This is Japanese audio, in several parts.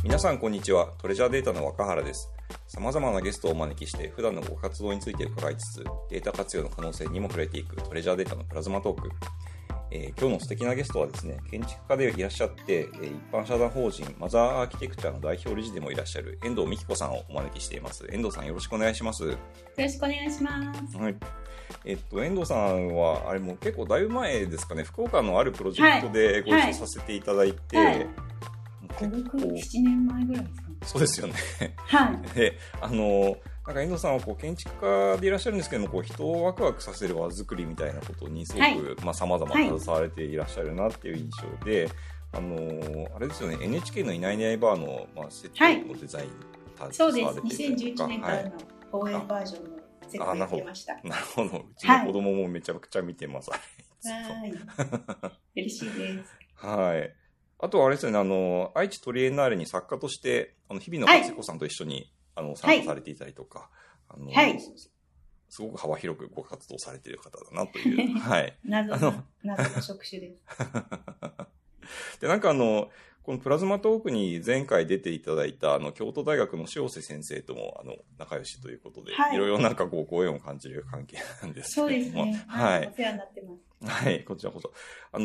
皆さんこんにちは。トレジャーデータの若原です。様々なゲストをお招きして普段のご活動について伺いつつ、データ活用の可能性にも触れていくトレジャーデータのプラズマトーク。今日の素敵なゲストはですね、建築家でいらっしゃって、一般社団法人マザーアーキテクチャの代表理事でもいらっしゃる遠藤美希子さんをお招きしています。遠藤さんよろしくお願いします。 よろしくお願いします。 はい。遠藤さんはあれも結構だいぶ前ですかね、福岡のあるプロジェクトでご一緒させていただいて、 5、6、7年前ぐらいですかね。 そうですよね。 はい。 で、なんか遠藤さんは建築家でいらっしゃるんですけども、人をワクワクさせる輪作りみたいなことにすごく、様々携われていらっしゃるなっていう印象で、あれですよね、NHK のいないいないバーの、セットのデザインそうです。2011年からの応援バージョンのセットをやってました。 なるほど。うちの子供もめちゃくちゃ見てます。 はい。嬉しいです。 はい。あとはあれですよね、愛知トリエンナーレに作家として、日比野勝彦さんと一緒に、参加されていたりとか、すごく幅広くご活動されている方だなという。はい。 謎の職種です。 で、なんかこのプラズマトークに前回出ていただいた、京都大学の塩瀬先生とも、仲良しということで、いろいろなんかご縁を感じる関係なんですけれども。 そうですね。はい。お世話になってます。 はい、こちらこそ。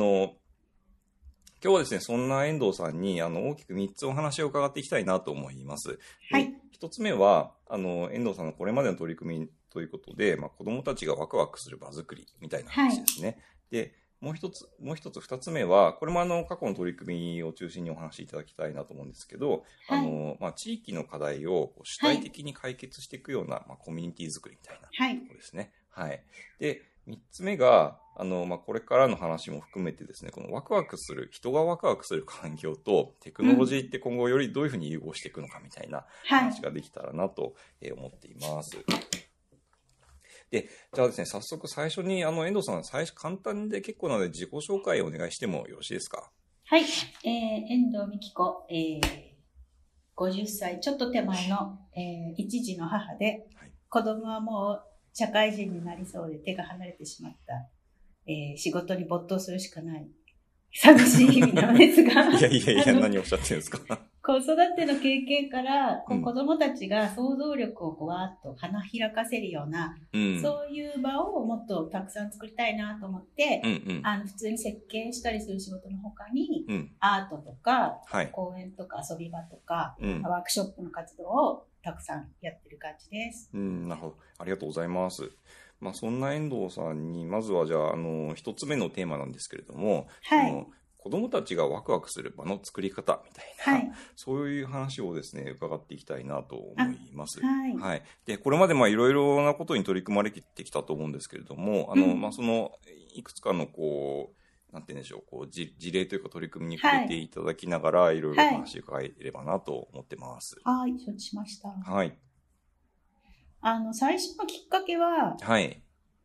今日はですね、そんな遠藤さんに、大きく3つお話を伺っていきたいなと思います。 はい。 1つ目は、遠藤さんのこれまでの取り組みということで、子供たちがワクワクする場作りみたいな話ですね。はい、で、もう一つ、2つ目は、これも過去の取り組みを中心にお話しいただきたいなと思うんですけど、はい、地域の課題を主体的に解決していくような、コミュニティ作りみたいなところですね。はい。で、3つ目が、これからの話も含めてですね、このワクワクする、人がワクワクする環境とテクノロジーって今後よりどういうふうに融合していくのかみたいな話ができたらなと思っています。で、じゃあですね、早速最初に遠藤さん、簡単で結構なので自己紹介をお願いしてもよろしいですか？ はい。遠藤美希子、50歳、ちょっと手前の、一児の母で、はい、子供はもう社会人になりそうで手が離れてしまった、仕事に没頭するしかない寂しい日々なのですがいや何をおっしゃってるんですか？ 子育ての経験から子供たちが想像力をわーっと花開かせるような、そういう場をもっとたくさん作りたいなと思って、普通に設計したりする仕事の他に、アートとか、公園とか遊び場とか、ワークショップの活動をたくさんやってる感じです。 なるほど。ありがとうございます。そんな遠藤さんに、まずはじゃあ、一つ目のテーマなんですけれども、子供たちがワクワクする場の作り方みたいな、そういう話をですね、伺っていきたいなと思います。はい。で、これまでいろいろなことに取り組まれてきたと思うんですけれども、その、いくつかのなんて言うんでしょう、事例というか取り組みに触れていただきながら、いろいろお話を伺えればなと思ってます。 はい、承知しました。 はい。 最初のきっかけは、 はい。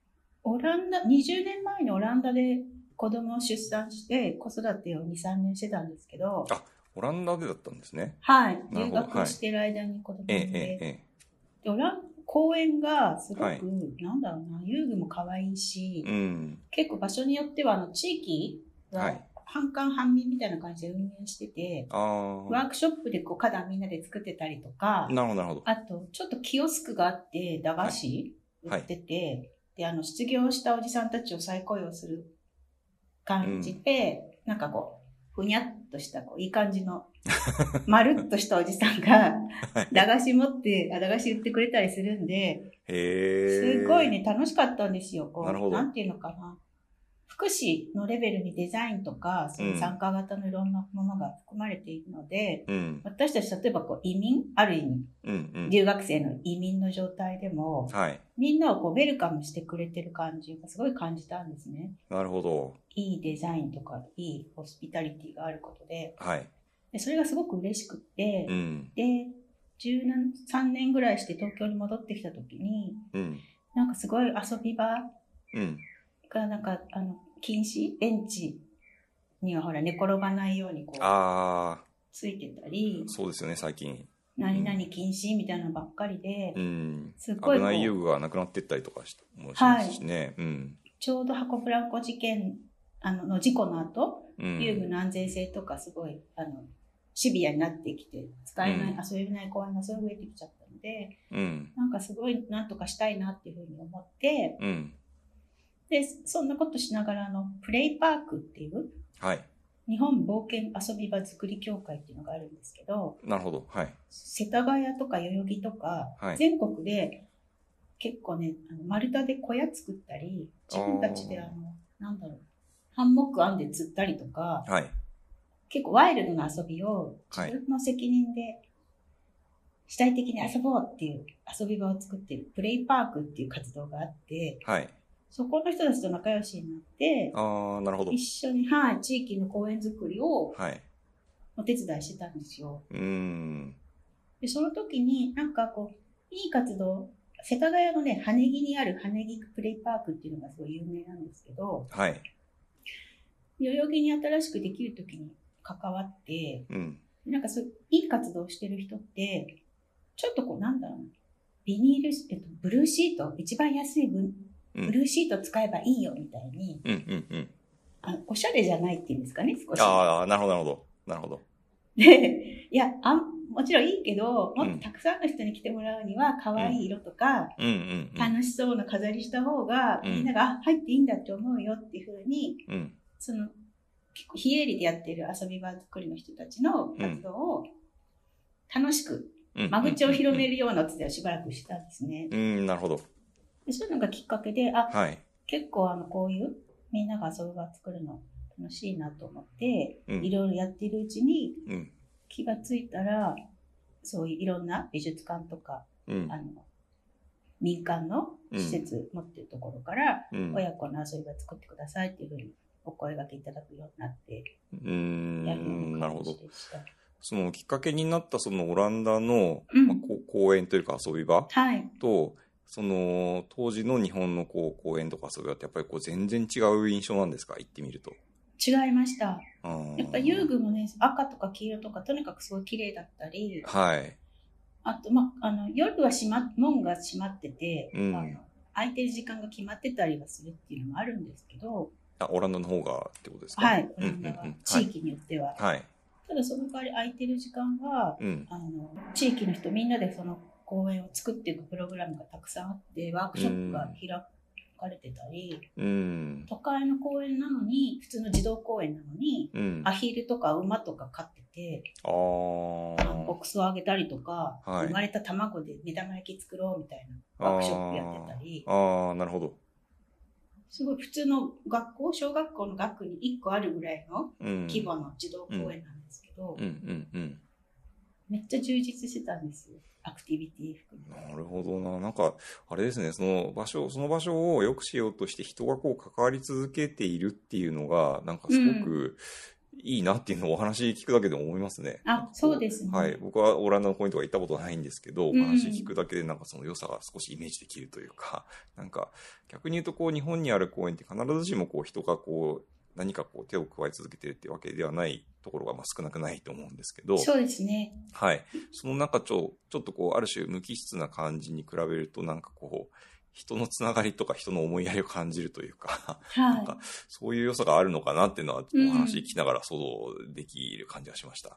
20年前にオランダで子供を出産して子育てを2、3年してたんですけど。 オランダでだったんですね。 はい。留学してる間に子供で。公園がすごく、遊具も可愛いし、結構場所によっては地域が半官半民みたいな感じで運営してて、ワークショップで花壇みんなで作ってたりとか、 なるほど。 あとちょっとキオスクがあって駄菓子売ってて、で失業したおじさんたちを再雇用する感じで、ふにゃっとしたいい感じのまるっとしたおじさんが駄菓子持って駄菓子売ってくれたりするんで、すごいね楽しかったんですよ。なんていうのかな、福祉のレベルにデザインとかそういう参加型のいろんなものが含まれているので、私たち例えば移民、ある意味、留学生の移民の状態でも、みんなをウェルカムしてくれてる感じがすごい感じたんですね。 なるほど。 いいデザインとかいいホスピタリティがあることで、でそれがすごく嬉しくって、で13年ぐらいして東京に戻ってきた時に、すごい遊び場が禁止ベンチには寝転ばないようについてたり、 そうですよね最近何々禁止みたいなのばっかりで、 すごい危ない遊具がなくなってったりとかもしますしね。 ちょうどハコフランコ事件の事故の後、遊具の安全性とかすごいシビアになってきて、使えない、遊べない公園がすごい増えてきちゃったので、なんかすごいなんとかしたいなっていうふうに思って、で、そんなことしながらプレイパークっていう、 はい。 日本冒険遊び場作り協会っていうのがあるんですけど、 なるほど。はい。 世田谷とか代々木とか、全国で結構ね、丸太で小屋作ったり、自分たちでなんだろう、ハンモック編んで釣ったりとか、 はい、 結構ワイルドな遊びを自分の責任で主体的に遊ぼうっていう遊び場を作っているプレイパークっていう活動があって、 はい、 そこの人たちと仲良しになって、 なるほど。 一緒に、はい、地域の公園作りをお手伝いしてたんですよ。で、その時になんかこう、いい活動、世田谷のね、羽木にある羽木プレイパークっていうのがすごい有名なんですけど、 はい。 代々木に新しくできる時に関わって、なんかいい活動してる人って、ちょっとこうなんだろうな、ビニール、ブルーシート、一番安いブルーシート使えばいいよみたいに、おしゃれじゃないっていうんですかね、少し。 ああ、なるほど、なるほど。なるほど。 で、いや、もちろんいいけど、もっとたくさんの人に来てもらうには、可愛い色とか、楽しそうな飾りした方が、みんなが、入っていいんだって思うよっていうふうに、結構非営利でやってる遊び場作りの人たちの活動を楽しく、間口を広めるようなつでをしばらくしたんですね。 なるほど。 でそういうのがきっかけで、結構こういうみんなが遊び場作るの楽しいなと思って、いろいろやっているうちに、気がついたら、そういういろんな美術館とか、民間の施設持ってるところから、親子の遊び場作ってくださいっていうふうにお声掛けいただくようになって、やるような感じでした。 そのきっかけになったそのオランダの、公園というか遊び場と、その当時の日本の公園とか遊び場ってやっぱり全然違う印象なんですか？行ってみると。 違いました。やっぱ遊具もね、赤とか黄色とかとにかくすごい綺麗だったり、あと、夜は門が閉まってて、空いてる時間が決まってたりはするっていうのもあるんですけど、 オランダの方がってことですか？ はい、オランダは、地域によっては。ただその代わり空いてる時間は、地域の人みんなでその公園を作っていくプログラムがたくさんあって、ワークショップが開かれてたり、都会の公園なのに、普通の児童公園なのに、アヒルとか馬とか飼ってて、牧草をあげたりとか、生まれた卵で目玉焼き作ろうみたいなワークショップやってたり、 なるほど。 すごい普通の小学校の学区に1個あるぐらいの規模の児童公園なんですけど、めっちゃ充実してたんですよ。アクティビティ含め。 なるほどな。なんか、あれですね、その場所を良くしようとして人が関わり続けているっていうのが、なんかすごくいいなっていうのをお話聞くだけで思いますね。 そうですね。 はい。僕はオランダの公園とか行ったことはないんですけど、お話聞くだけでなんかその良さが少しイメージできるというか、なんか逆に言うと日本にある公園って必ずしも人が何か手を加え続けてるっていうわけではないところが少なくないと思うんですけど。 そうですね。 はい。その中ちょっとある種無機質な感じに比べるとなんか人のつながりとか人の思いやりを感じるというか、なんかそういう良さがあるのかなっていうのはお話聞きながら想像できる感じがしました。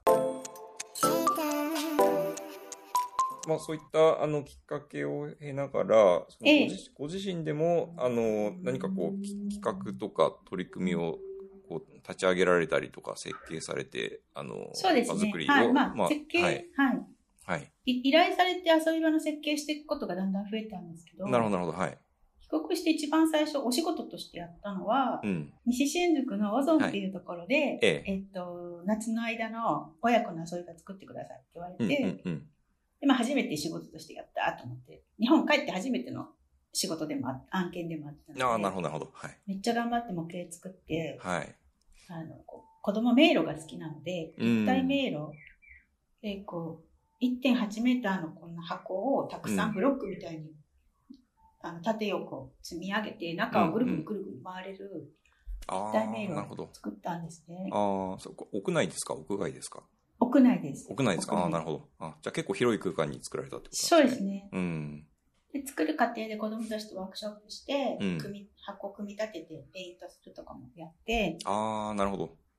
そういったきっかけを経ながら、ご自身でも何か企画とか取り組みを立ち上げられたりとか設計されてそうですね。 場作りを、 設計、依頼されて遊び場の設計していくことがだんだん増えたんですけど。 なるほど、なるほど。はい。 帰国して一番最初お仕事としてやったのは、西新宿のオゾンっていうところで、夏の間の親子の遊び場作ってくださいって言われて、で初めて仕事としてやったと思って、日本帰って初めての仕事でも案件でもあったので、 なるほど、なるほど。はい。 めっちゃ頑張って模型作って、子供迷路が好きなので、立体迷路で、1.8 メーターのこんな箱をたくさんブロックみたいに、縦横積み上げて、中をぐるぐるぐるぐる回れる立体迷路を作ったんですね。 屋内ですか？屋外ですか？ 屋内です。 屋内ですか？なるほど。じゃあ結構広い空間に作られたってことですね。 そうですね。で作る過程で子供たちとワークショップして、箱を組み立ててペイントするとかもやって。 なるほど。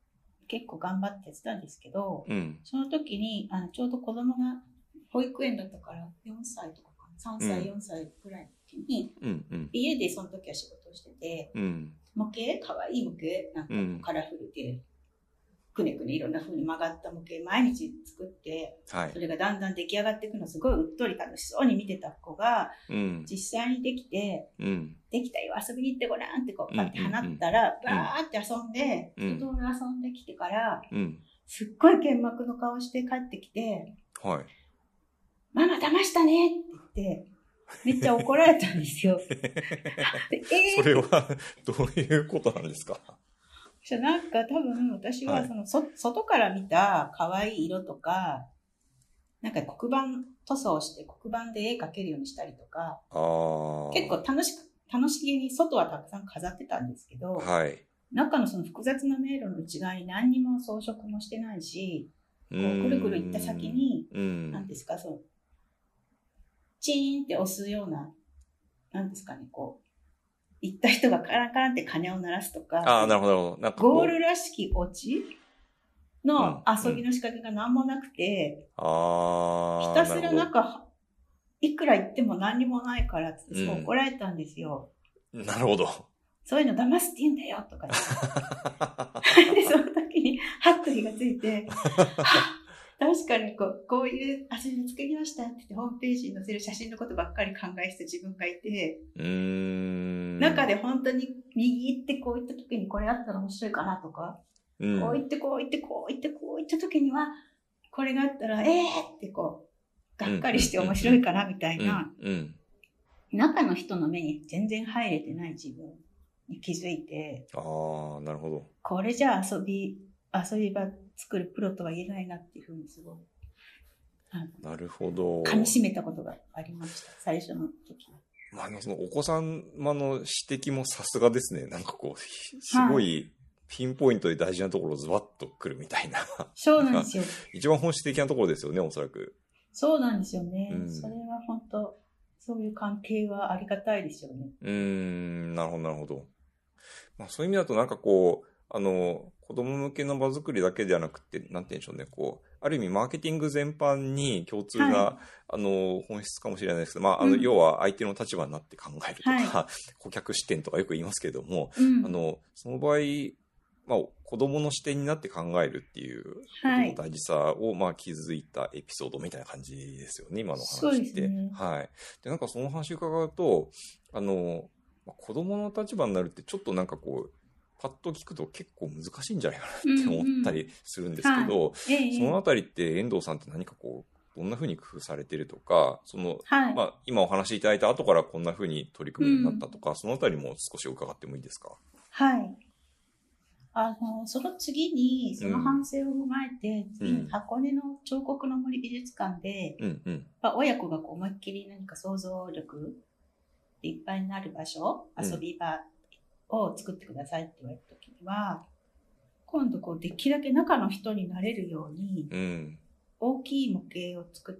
結構頑張ってやってたんですけど、 うん。 その時に、ちょうど子供が保育園だったから4歳とかかな、3歳、4歳ぐらいの時に、 うんうん。 家でその時は仕事をしてて、 うん。 模型、かわいい模型、なんかカラフルで、くねくねいろんな風に曲がった模型毎日作って、 はい。 それがだんだん出来上がっていくのすごいうっとり楽しそうに見てた子が、 うん。 実際にできて、 うん。 できたよ、遊びに行ってごらんってこう、パッて放ったら、 うんうんバーって遊んで、 うん一通り遊んできてから、 うん。 すっごい剣幕の顔して帰ってきて、 はい。 ママ騙したねって言って、めっちゃ怒られたんですよ。 それはどういうことなんですか？ なんか多分私はその、外から見た可愛い色とか、なんか黒板塗装して黒板で絵描けるようにしたりとか、結構楽しげに外はたくさん飾ってたんですけど、 はい。 中のその複雑な迷路の内側に何にも装飾もしてないし、こうぐるぐる行った先に、何ですか、チーンって押すような、何ですかね、こう、行った人がカランカランって鐘を鳴らすとか、 なるほど。 なんかゴールらしきオチの遊びの仕掛けが何もなくて、ひたすらなんか、いくら言っても何にもないからってすごい怒られたんですよ。 なるほど。 そういうの騙すって言うんだよとかで、その時にハッと火がついて、確かにこういう遊びを作りましたって言ってホームページに載せる写真のことばっかり考えてた自分がいて、中で本当に右行ってこういった時にこれあったら面白いかなとか、こう行ってこう行ってこう行ってこう行った時にはこれがあったらってこうがっかりして面白いかなみたいな、中の人の目に全然入れてない自分に気づいて、 なるほど。 これじゃあ遊び場作るプロとは言えないなっていうふうにすごい。 なるほど。 噛み締めたことがありました、最初の時。 そのお子様の指摘もさすがですね。なんかこう、すごいピンポイントで大事なところをズバッとくるみたいな。 そうなんですよ。 一番本質的なところですよね、おそらく。 そうなんですよね。それは本当、そういう関係はありがたいですよね。 なるほど、なるほど。そういう意味だとなんかこう、子供向けの場作りだけではなくて、なんて言うんでしょうね、こう、ある意味マーケティング全般に共通な、本質かもしれないですけど、要は相手の立場になって考えるとか、顧客視点とかよく言いますけれども、その場合、子供の視点になって考えるっていうことの大事さを、気づいたエピソードみたいな感じですよね、今の話って。 そうですね。 はい。で、なんかその話伺うと、子供の立場になるってちょっとなんかこう、パッと聞くと結構難しいんじゃないかなって思ったりするんですけど、そのあたりって遠藤さんって何かこう、どんな風に工夫されてるとか、今お話しいただいた後からこんな風に取り組むようになったとか、そのあたりも少し伺ってもいいですか？ はい。その次に、その反省を踏まえて、次に箱根の彫刻の森美術館で、親子がこう思いっきり何か想像力でいっぱいになる場所、遊び場を作ってくださいって言われた時には、今度こうできるだけ中の人になれるように、大きい模型を作って、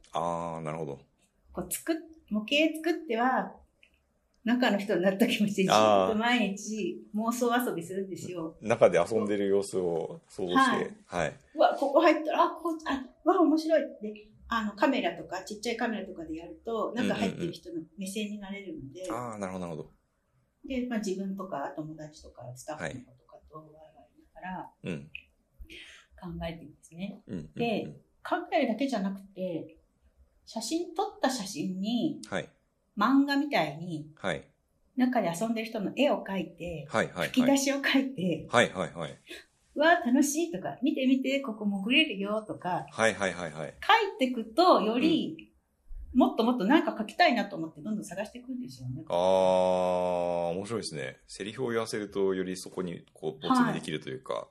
なるほど。 こう模型作っては、中の人になった気持ちでずっと毎日妄想遊びするんですよ。 中で遊んでる様子を想像して。はい。 ここ入ったら、面白いって、カメラとか、ちっちゃいカメラとかでやると、中入ってる人の目線になれるので。 なるほど、なるほど。 で、自分とか友達とかスタッフの子とかとワイワイながら考えてるんですね。で、考えるだけじゃなくて、撮った写真に、漫画みたいに、中で遊んでる人の絵を描いて、吹き出しを描いて、うわ、楽しいとか、見て見て、ここ潜れるよとか、書いていくと、より、もっともっと何か書きたいなと思ってどんどん探していくんですよね。 面白いですね。セリフを言わせるとよりそこにこう没入できるというか。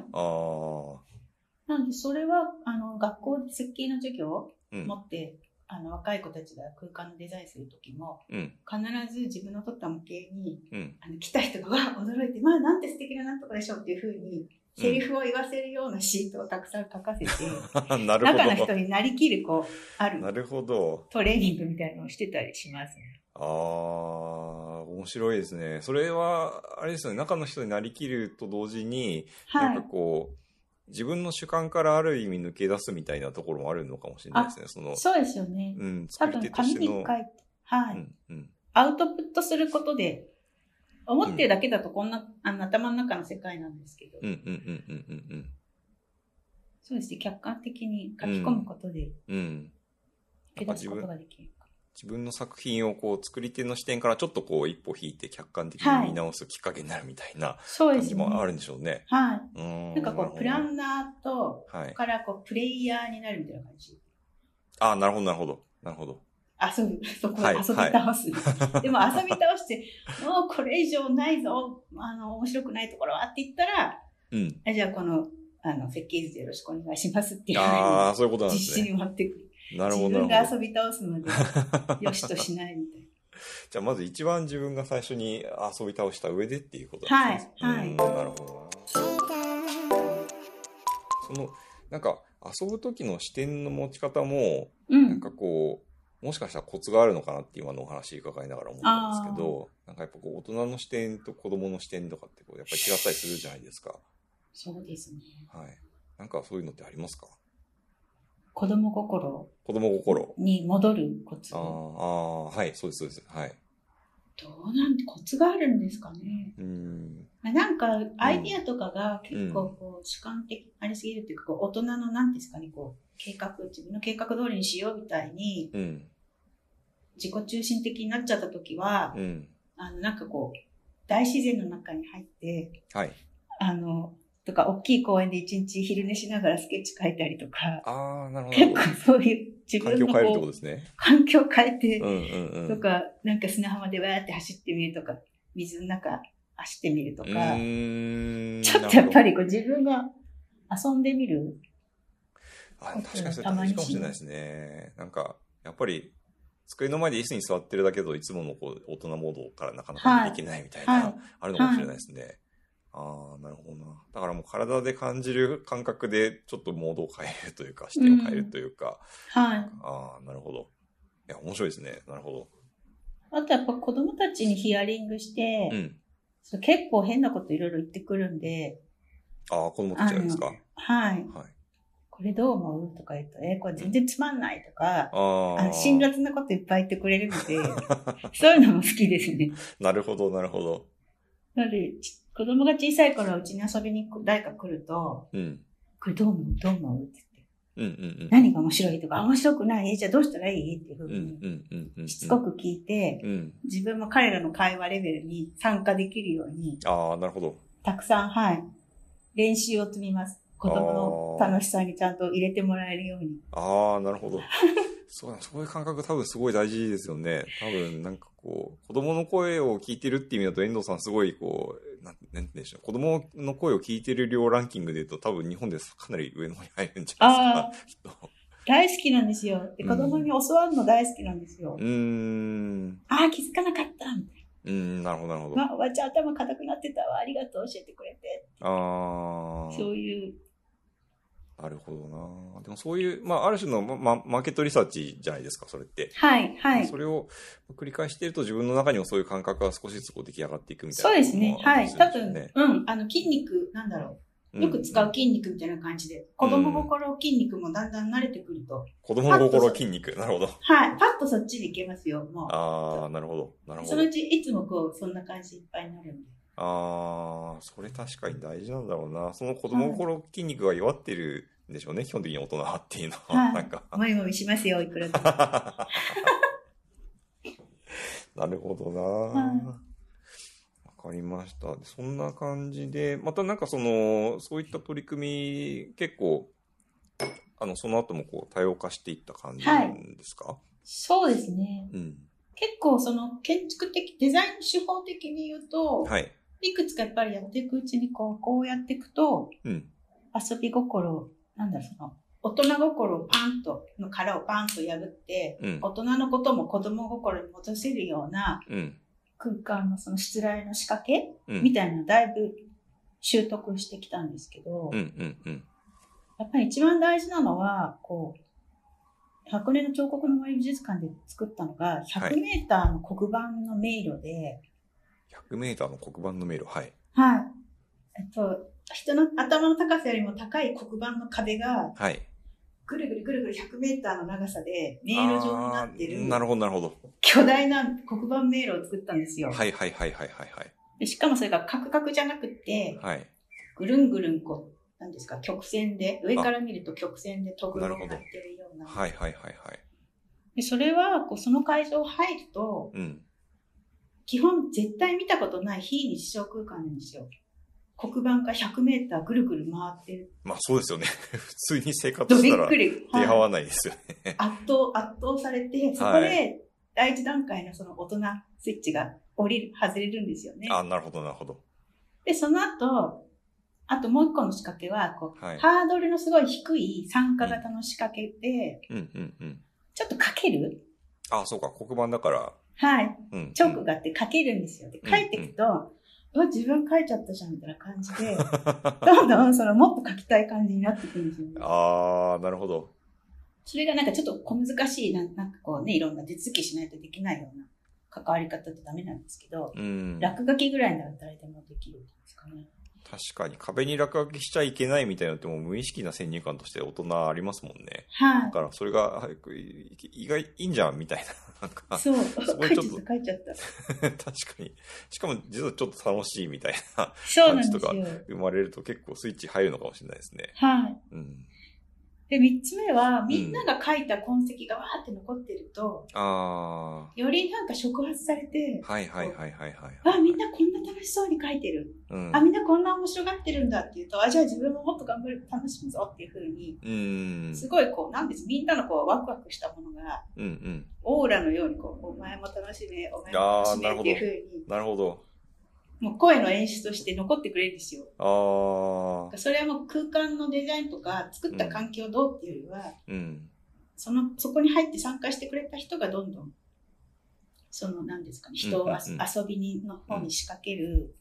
なのでそれは学校で設計の授業を持って、若い子たちが空間のデザインするときも、必ず自分の撮った模型に、来た人が驚いて、なんて素敵ななんとかでしょうっていうふうに、セリフを言わせるようなシートをたくさん書かせて、中の人になりきる、ある。 なるほど。 トレーニングみたいなのをしてたりしますね。 面面白いですね。それは、あれですよね、中の人になりきると同時に、 はい。 なんかこう、自分の主観からある意味抜け出すみたいなところもあるのかもしれないですね。 そうですよね。 作り手多分としての。 紙に書いて、はい。アウトプットすることで、思ってるだけだとこんな、頭の中の世界なんですけど。そうですね。客観的に書き込むことで、抜け出すことができる。 自分の作品をこう作り手の視点からちょっとこう一歩引いて客観的に見直すきっかけになるみたいな感じもあるんでしょうね。 はい。なんかこうプランナーとからこうプレイヤーになるみたいな感じ。 あ、なるほどなるほどなるほど。 そこで遊び倒す。でも遊び倒して、もうこれ以上ないぞ、面白くないところはって言ったら、じゃあこの設計図でよろしくお願いしますっていうそういうことなんですね。 実施に持ってくる。 なるほど。 自分が遊び倒すまでよしとしないみたいな。 じゃあまず一番自分が最初に遊び倒した上でっていうことなんですね。はい。なるほどな。なんか遊ぶ時の視点の持ち方も、なんかこう、もしかしたらコツがあるのかなって今のお話伺いながら思ったんですけど、なんかやっぱこう大人の視点と子供の視点とかってこうやっぱり違ったりするじゃないですか。 そうですね。 はい。なんかそういうのってありますか？ 子供心に戻るコツ。 はい、そうです、そうです。はい。 コツがあるんですかね。なんか、アイディアとかが結構こう、主観的ありすぎるっていうか、大人のなんですかね、こう、自分の計画通りにしようみたいに、自己中心的になっちゃった時は、なんかこう、大自然の中に入って、とか、大きい公園で一日昼寝しながらスケッチ描いたりとか、 なるほど。 結構そういう自分の環境変えるってことですね。 環境変えて、とか、なんか砂浜でわーって走ってみるとか、水の中走ってみるとか、ちょっとやっぱりこう自分が遊んでみる。 確かにそれ大事かもしれないですね。なんか、やっぱり、机の前で椅子に座ってるだけど、いつものこう大人モードからなかなかできないみたいな、あるのかもしれないですね。なるほどな。だからもう体で感じる感覚でちょっとモードを変えるというか、視点を変えるというか。なるほど。いや、面白いですね。なるほど。 あとやっぱ子供たちにヒアリングして、結構変なこといろいろ言ってくるんで。 子供たちがですか？ はい。これどう思うとか言うと、これ全然つまんないとか、辛辣なこといっぱい言ってくれるので、そういうのも好きですね。 なるほど、なるほど。 なので、子供が小さい頃うちに遊びに誰か来ると、これどう思うって言って。何が面白いとか、面白くないじゃあどうしたらいいっていうふうに、しつこく聞いて、自分も彼らの会話レベルに参加できるように、 なるほど。 たくさん、練習を積みます。子供の楽しさにちゃんと入れてもらえるように。 なるほど。そういう感覚多分すごい大事ですよね。多分なんかこう、子供の声を聞いてるっていう意味だと遠藤さんすごいこう、なんて言うんでしょう。子供の声を聞いてる量ランキングで言うと多分日本でかなり上の方に入るんじゃないですか。 大好きなんですよ。で、子供に教わるの大好きなんですよ。気づかなかったみたいな。なるほど、なるほど。 おばちゃん頭固くなってたわ。ありがとう、教えてくれて。そういう。 なるほどな。でもそういう、ある種の、マーケットリサーチじゃないですか、それって。 はい、はい。 それを繰り返していると自分の中にもそういう感覚が少しずつこう出来上がっていくみたいな。 そうですね。はい。多分、筋肉、なんだろう。よく使う筋肉みたいな感じで、子供心筋肉もだんだん慣れてくると。 子供心筋肉、なるほど。 はい。パッとそっちに行けますよ、もう。 なるほど。なるほど。 そのうちいつもこう、そんな感じいっぱいになるんで。 それ確かに大事なんだろうな。その子供心筋肉が弱ってるんでしょうね、基本的に大人っていうのは。なんか。 もみもみしますよ、いくらでも。 なるほどな。わかりました。そんな感じで、またなんかそういった取り組み、結構、その後もこう多様化していった感じなんですか？ そうですね。結構建築的、デザイン手法的に言うと、いくつかやっぱりやっていくうちにこうやっていくと、遊び心、大人心をパンと、の殻をパンと破って、大人のことも子供心に戻せるような、空間のそのしつらいの仕掛け、みたいなのをだいぶ習得してきたんですけど、やっぱり一番大事なのは、箱根の彫刻の森美術館で作ったのが、100メーターの黒板の迷路で、 100メーターの黒板の迷路、はい。 はい。人の頭の高さよりも高い黒板の壁が、 はい。 ぐるぐるぐるぐる100メーターの長さで迷路状になってる。 なるほど、なるほど。 巨大な黒板迷路を作ったんですよ。 はいはいはいはいはいはい。 でしかもそれがカクカクじゃなくて、 はい。 ぐるんぐるんこう、なんですか、曲線で、上から見ると曲線で飛ぶようになってるような。 はいはいはいはい。 でそれは、こう、その会場入ると、基本絶対見たことない非日常空間なんですよ。黒板が100メーターぐるぐる回ってる。 まあそうですよね。普通に生活したら出会わないですよね。 圧倒されて、そこで第一段階のその大人スイッチが外れるんですよね。 あ、なるほどなるほど。 で、その後、あともう一個の仕掛けは、こう、ハードルのすごい低い参加型の仕掛けで、ちょっと書ける？ あ、そうか、黒板だから。 はい。チョークがあって書けるんですよ。で、書いていくと、自分書いちゃったじゃんみたいな感じで、どんどんもっと書きたい感じになってくるんですよね。 あー、なるほど。 それがなんかちょっと小難しい、なんかこうね、いろんな手続きしないとできないような関わり方ってダメなんですけど、落書きぐらいなら誰でもできるんですかね。 確かに壁に落書きしちゃいけないみたいなのってもう無意識な先入観として大人ありますもんね。 はい。 だからそれが意外いいんじゃんみたいな。なんかそう。そこちょっと書いちゃった。 確かに。しかも実はちょっと楽しいみたいな感じとか生まれると結構スイッチ入るのかもしれないですね。 はい。で、三つ目は、みんなが書いた痕跡がわーって残ってると、よりなんか触発されて、 はいはいはいはいはい。 あ、みんなこんな楽しそうに書いてる。あ、みんなこんな面白がってるんだっていうと、あ、じゃあ自分ももっと頑張る、楽しむぞっていうふうに、すごいこう、なんです、みんなのこう、ワクワクしたものが、オーラのようにこう、お前も楽しめ、お前も楽しめっていうふうに。 なるほど。 もう声の演出として残ってくれるんですよ。それはもう空間のデザインとか作った環境どうっていうよりは、そこに入って参加してくれた人がどんどん、何ですかね、人を遊びの方に仕掛ける、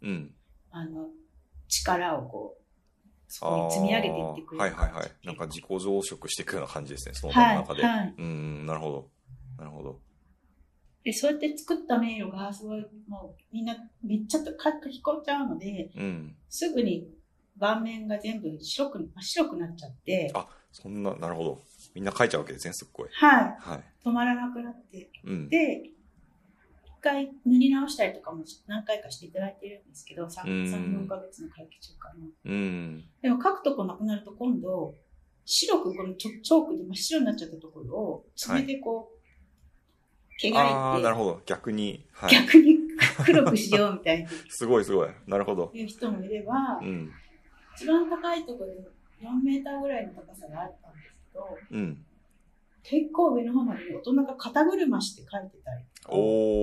力をこう、そこに積み上げていってくれる。 はいはいはい。なんか自己増殖していくような感じですね、その場の中で。はい。なるほど。なるほど。 で、そうやって作った迷路が、すごい、もう、みんな、めっちゃ書き込んじゃうので、すぐに盤面が全部真っ白くなっちゃって。 あ、そんな、なるほど。みんな書いちゃうわけですね、すっごい。 はい。はい。止まらなくなって。で、一回塗り直したりとかも何回かしていただいてるんですけど、3、4ヶ月の会期中かな。でも書くとこなくなると今度、白く、このチョークで真っ白になっちゃったところを、爪でこう、毛がいて。 ああ、なるほど。逆に。 はい、逆に黒くしようみたいな。 すごいすごい。なるほど。 いう人もいれば、一番高いところで4メーターぐらいの高さがあったんですけど、結構上の方まで大人が肩車して書いてたりとか。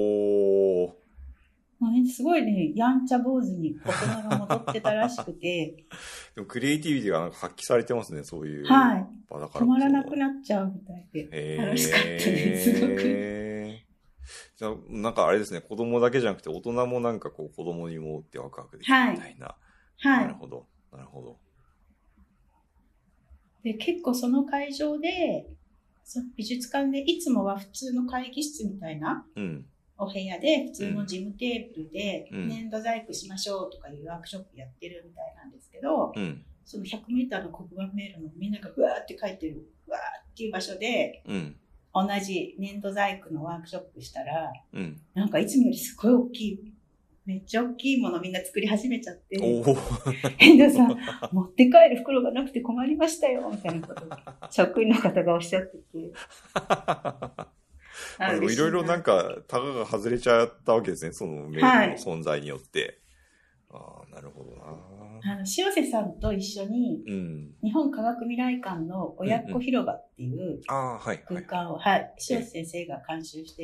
もうね、すごいね、やんちゃ坊主に大人が戻ってたらしくて。 でもクリエイティビティがなんか発揮されてますね、そういう場だから。止まらなくなっちゃうみたいで。楽しかったです、すごく。 じゃあ、なんかあれですね、子供だけじゃなくて大人もなんかこう子供にもってワクワクできるみたいな。はい。なるほど。なるほど。 で、結構その会場で、美術館でいつもは普通の会議室みたいなお部屋で普通の事務テーブルで粘土細工しましょうとかいうワークショップやってるみたいなんですけど、その100メーターの黒板迷路のみんながうわーって書いてる、うわーっていう場所で、同じ粘土細工のワークショップしたら、なんかいつもよりすごい大きい、めっちゃ大きいものみんな作り始めちゃって、遠藤さん、持って帰る袋がなくて困りましたよ、みたいなことを職員の方がおっしゃってて。 いろいろなんか、タガが外れちゃったわけですね、そのメールの存在によって。ああ、なるほどな。 塩瀬さんと一緒に、日本科学未来館の親子広場っていう空間を、塩瀬先生が監修して、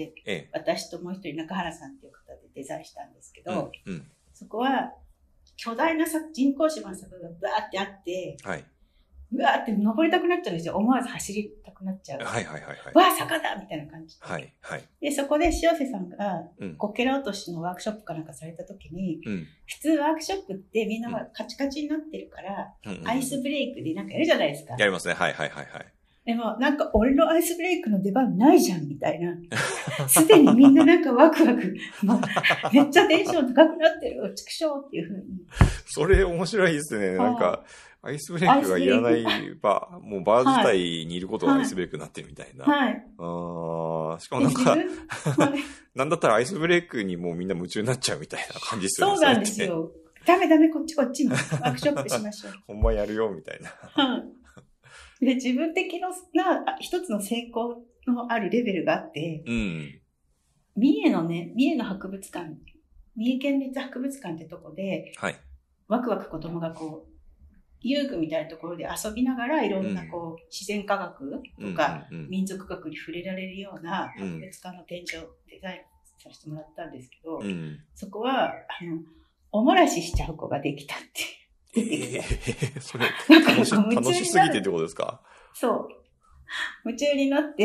私ともう一人中原さんっていう方でデザインしたんですけど、そこは巨大な人工芝の柵がバーってあって、うわーって登りたくなっちゃうんですよ。思わず走りたくなっちゃう。わー、坂だみたいな感じで。で、そこで塩瀬さんが、こけら落としのワークショップかなんかされた時に、普通ワークショップってみんなカチカチになってるから、アイスブレイクでなんかやるじゃないですか。 やりますね。 でもなんか俺のアイスブレイクの出番ないじゃんみたいな。すでにみんななんかワクワク、めっちゃテンション高くなってる、畜生っていう風に。 それ面白いですね。なんか、アイスブレイクがいらない場、もう場自体にいることがアイスブレイクになってるみたいな。 はい。 しかもなんか、なんだったらアイスブレイクにもうみんな夢中になっちゃうみたいな感じですよね。 そうなんですよ。ダメ、こっち、ワークショップしましょう。 本番やるよ、みたいな。 で、自分的な一つの成功のあるレベルがあって、三重の博物館、三重県立博物館ってとこで、 はい、 ワクワク子供がこう、遊具みたいなところで遊びながらいろんなこう、自然科学とか、民族学に触れられるような博物館の展示をデザインさせてもらったんですけど、そこは、おもらししちゃう子ができたって。 それ楽しすぎてってことですか？ そう。夢中になって、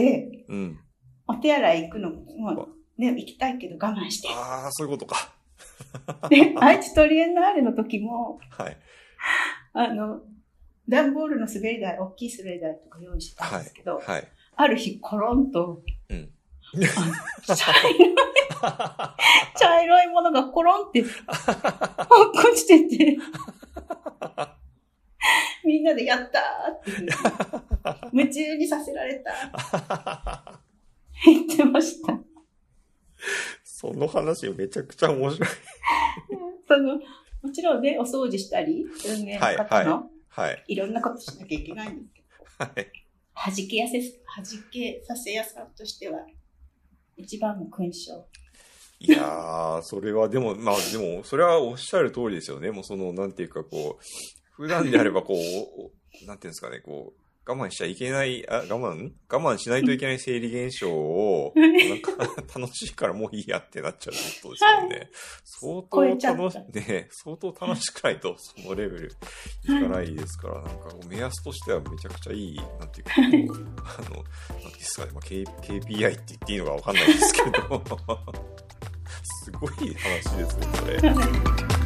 お手洗い行くのも、ね、行きたいけど我慢して。 ああ、そういうことか。 で、愛知トリエンナーレの時も、 はい。 段ボールの滑り台、大きい滑り台とか用意してたんですけど、ある日、コロンと、茶色いものがコロンって、落っこちてて、みんなでやったーって夢中にさせられた。言ってました。 その話めちゃくちゃ面白い。 もちろんね、お掃除したり、運営の方の、いろんなことしなきゃいけないんですけど、弾けさせ屋さんとしては、一番の勲章。 いやー、それはでも、それはおっしゃる通りですよね。もうなんていうかこう、普段であればこう、なんていうんですかね、こう、我慢しちゃいけない、我慢しないといけない生理現象を、なんか楽しいからもういいやってなっちゃうってことですよね。相当楽しくないと、そのレベルいかないですから、なんか目安としてはめちゃくちゃいい、なんていうか、なんですかね、KPI って言っていいのかわかんないですけど、すごい話ですね、それ。